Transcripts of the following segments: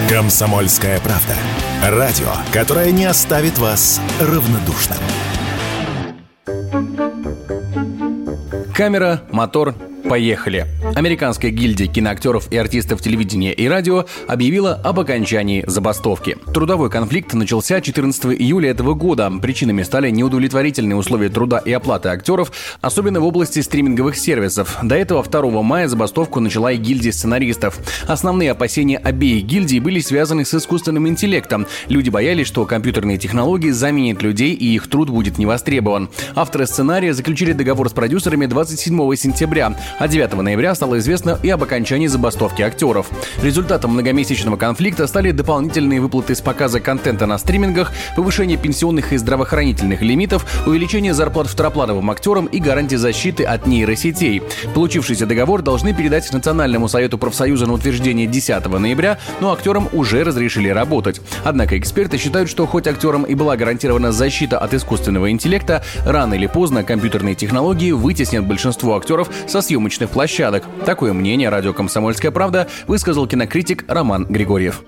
«Комсомольская правда». Радио, которое не оставит вас равнодушным. Камера, мотор, поехали. Американская гильдия киноактеров и артистов телевидения и радио объявила об окончании забастовки. Трудовой конфликт начался 14 июля этого года. Причинами стали неудовлетворительные условия труда и оплаты актеров, особенно в области стриминговых сервисов. До этого 2 мая забастовку начала и гильдия сценаристов. Основные опасения обеих гильдий были связаны с искусственным интеллектом. Люди боялись, что компьютерные технологии заменят людей и их труд будет не востребован. Авторы сценария заключили договор с продюсерами 27 сентября, а 9 ноября стало известно и об окончании забастовки актеров. Результатом многомесячного конфликта стали дополнительные выплаты с показа контента на стримингах, повышение пенсионных и здравоохранительных лимитов, увеличение зарплат второплановым актерам и гарантии защиты от нейросетей. Получившийся договор должны передать Национальному совету профсоюза на утверждение 10 ноября, но актерам уже разрешили работать. Однако эксперты считают, что хоть актерам и была гарантирована защита от искусственного интеллекта, рано или поздно компьютерные технологии вытеснят большинство актеров со съемочных площадок. Такое мнение радио «Комсомольская правда» высказал кинокритик Роман Григорьев.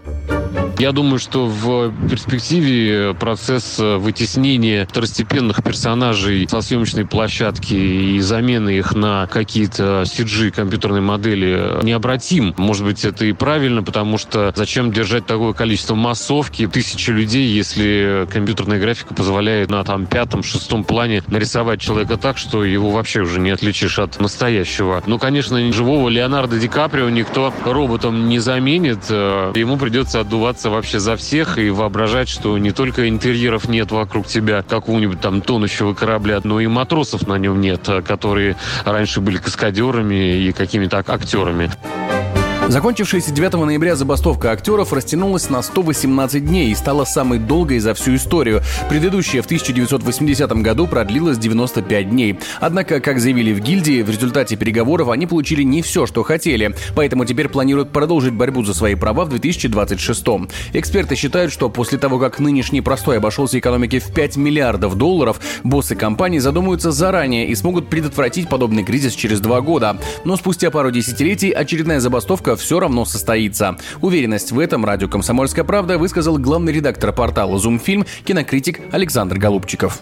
Я думаю, что в перспективе процесс вытеснения второстепенных персонажей со съемочной площадки и замены их на какие-то CG компьютерные модели необратим. Может быть, это и правильно, потому что зачем держать такое количество массовки, 1000 людей, если компьютерная графика позволяет на 5-6 плане нарисовать человека так, что его вообще уже не отличишь от настоящего. Ну, конечно, живого Леонардо Ди Каприо никто роботом не заменит. Ему придется отдуваться вообще за всех и воображать, что не только интерьеров нет вокруг тебя какого-нибудь там тонущего корабля, но и матросов на нем нет, которые раньше были каскадерами и какими-то актерами. Закончившаяся 9 ноября забастовка актеров растянулась на 118 дней и стала самой долгой за всю историю. Предыдущая в 1980 году продлилась 95 дней. Однако, как заявили в гильдии, в результате переговоров они получили не все, что хотели. Поэтому теперь планируют продолжить борьбу за свои права в 2026. Эксперты считают, что после того, как нынешний простой обошелся экономике в $5 миллиардов, боссы компаний задумаются заранее и смогут предотвратить подобный кризис через 2 года. Но спустя пару десятилетий очередная забастовка все равно состоится. Уверенность в этом радио «Комсомольская правда» высказал главный редактор портала «Зумфильм», кинокритик Александр Голубчиков.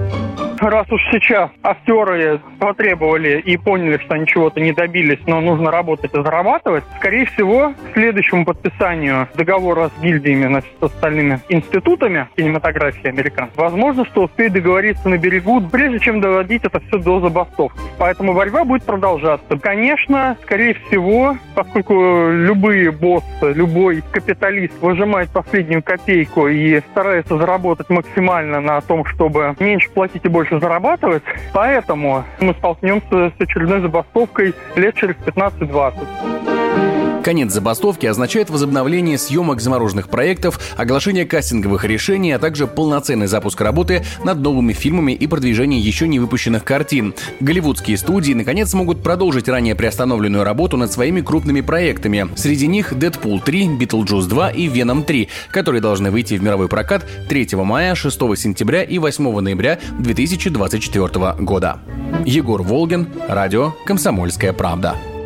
Раз уж сейчас актеры потребовали и поняли, что они чего-то не добились, но нужно работать и зарабатывать, скорее всего, к следующему подписанию договора с гильдиями, с остальными институтами кинематографии американцев, возможно, что успеют договориться на берегу, прежде чем доводить это все до забастовки. Поэтому борьба будет продолжаться. Конечно, скорее всего, поскольку любые боссы, любой капиталист выжимает последнюю копейку и старается заработать максимально на том, чтобы меньше платить и больше зарабатывать, поэтому мы столкнемся с очередной забастовкой лет через 15-20. Конец забастовки означает возобновление съемок замороженных проектов, оглашение кастинговых решений, а также полноценный запуск работы над новыми фильмами и продвижение еще не выпущенных картин. Голливудские студии, наконец, смогут продолжить ранее приостановленную работу над своими крупными проектами. Среди них «Дэдпул 3», «Битлджус 2» и «Веном 3», которые должны выйти в мировой прокат 3 мая, 6 сентября и 8 ноября 2024 года. Егор Волгин, радио «Комсомольская правда».